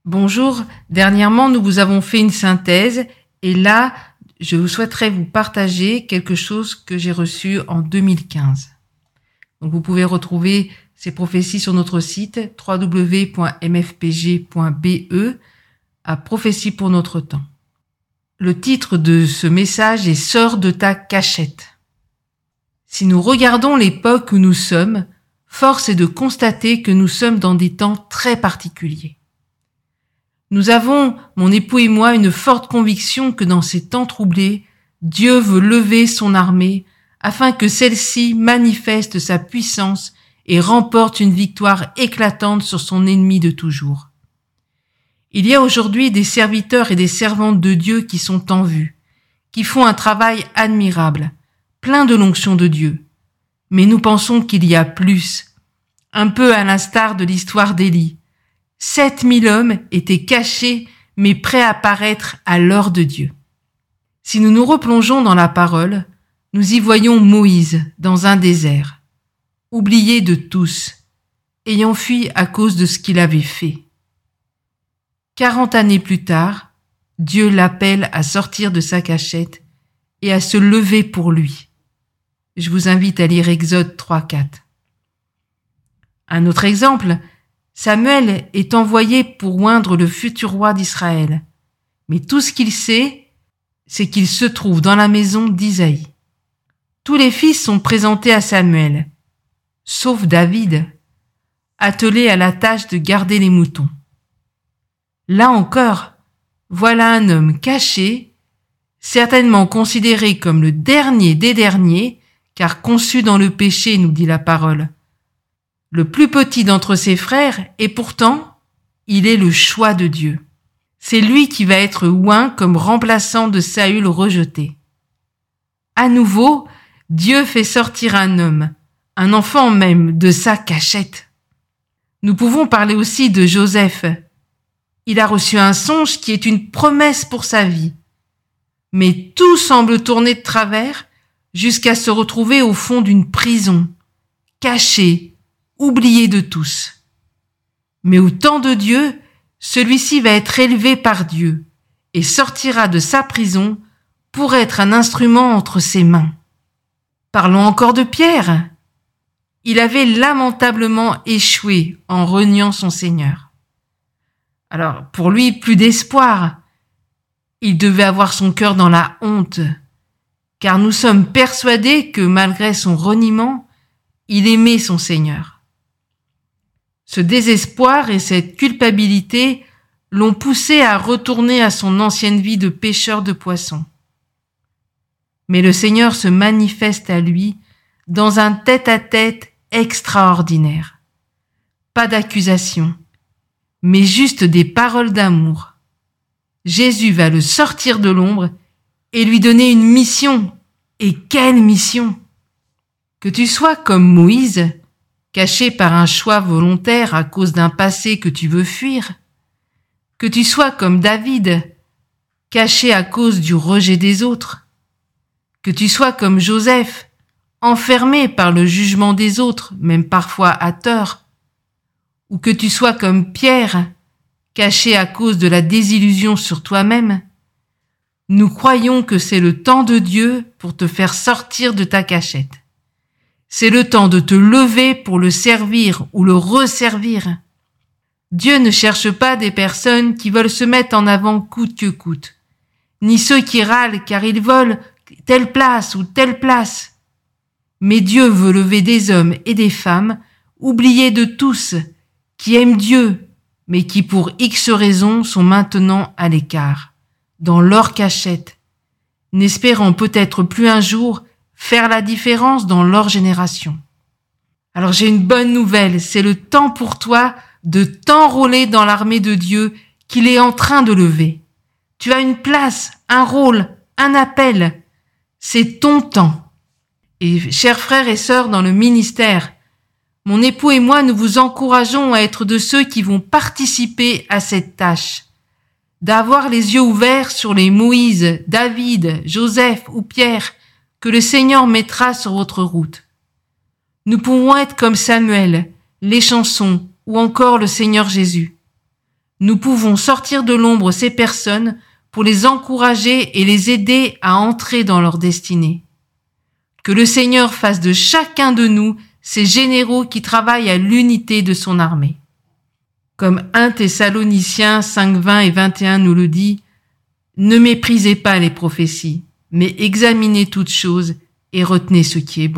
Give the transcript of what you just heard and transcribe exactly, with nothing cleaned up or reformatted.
Bonjour, dernièrement nous vous avons fait une synthèse et là je vous souhaiterais vous partager quelque chose que j'ai reçu en deux mille quinze. Donc vous pouvez retrouver ces prophéties sur notre site w w w point m f p g point b e à Prophétie pour notre temps. Le titre de ce message est « Sors de ta cachette ». Si nous regardons l'époque où nous sommes, force est de constater que nous sommes dans des temps très particuliers. Nous avons, mon époux et moi, une forte conviction que dans ces temps troublés, Dieu veut lever son armée afin que celle-ci manifeste sa puissance et remporte une victoire éclatante sur son ennemi de toujours. Il y a aujourd'hui des serviteurs et des servantes de Dieu qui sont en vue, qui font un travail admirable, plein de l'onction de Dieu. Mais nous pensons qu'il y a plus, un peu à l'instar de l'histoire d'Élie. Sept mille hommes étaient cachés, mais prêts à paraître à l'heure de Dieu. Si nous nous replongeons dans la parole, nous y voyons Moïse dans un désert, oublié de tous, ayant fui à cause de ce qu'il avait fait. Quarante années plus tard, Dieu l'appelle à sortir de sa cachette et à se lever pour lui. Je vous invite à lire Exode trois quatre. Un autre exemple, Samuel est envoyé pour oindre le futur roi d'Israël. Mais tout ce qu'il sait, c'est qu'il se trouve dans la maison d'Isaïe. Tous les fils sont présentés à Samuel, sauf David, attelé à la tâche de garder les moutons. Là encore, voilà un homme caché, certainement considéré comme le dernier des derniers, car conçu dans le péché, nous dit la parole. Le plus petit d'entre ses frères, et pourtant, il est le choix de Dieu. C'est lui qui va être oint comme remplaçant de Saül rejeté. À nouveau, Dieu fait sortir un homme, un enfant même, de sa cachette. Nous pouvons parler aussi de Joseph. Il a reçu un songe qui est une promesse pour sa vie. Mais tout semble tourner de travers jusqu'à se retrouver au fond d'une prison, caché, oublié de tous. Mais au temps de Dieu, celui-ci va être élevé par Dieu et sortira de sa prison pour être un instrument entre ses mains. Parlons encore de Pierre. Il avait lamentablement échoué en reniant son Seigneur. Alors, pour lui, plus d'espoir. Il devait avoir son cœur dans la honte, car nous sommes persuadés que malgré son reniement, il aimait son Seigneur. Ce désespoir et cette culpabilité l'ont poussé à retourner à son ancienne vie de pêcheur de poissons. Mais le Seigneur se manifeste à lui dans un tête-à-tête extraordinaire. Pas d'accusation, mais juste des paroles d'amour. Jésus va le sortir de l'ombre et lui donner une mission. Et quelle mission! Que tu sois comme Moïse, caché par un choix volontaire à cause d'un passé que tu veux fuir, que tu sois comme David, caché à cause du rejet des autres, que tu sois comme Joseph, enfermé par le jugement des autres, même parfois à tort, ou que tu sois comme Pierre, caché à cause de la désillusion sur toi-même, nous croyons que c'est le temps de Dieu pour te faire sortir de ta cachette. C'est le temps de te lever pour le servir ou le resservir. Dieu ne cherche pas des personnes qui veulent se mettre en avant coûte que coûte, ni ceux qui râlent car ils veulent telle place ou telle place. Mais Dieu veut lever des hommes et des femmes, oubliés de tous, qui aiment Dieu, mais qui pour X raisons sont maintenant à l'écart, dans leur cachette, n'espérant peut-être plus un jour faire la différence dans leur génération. Alors j'ai une bonne nouvelle, c'est le temps pour toi de t'enrôler dans l'armée de Dieu qu'il est en train de lever. Tu as une place, un rôle, un appel. C'est ton temps. Et chers frères et sœurs dans le ministère, mon époux et moi, nous vous encourageons à être de ceux qui vont participer à cette tâche, d'avoir les yeux ouverts sur les Moïse, David, Joseph ou Pierre que le Seigneur mettra sur votre route. Nous pouvons être comme Samuel, les chansons ou encore le Seigneur Jésus. nous pouvons sortir de l'ombre ces personnes pour les encourager et les aider à entrer dans leur destinée. Que le Seigneur fasse de chacun de nous ces généraux qui travaillent à l'unité de son armée. Comme premier Thessaloniciens cinq, vingt et vingt et un nous le dit, « Ne méprisez pas les prophéties, mais examinez toutes choses et retenez ce qui est bon. »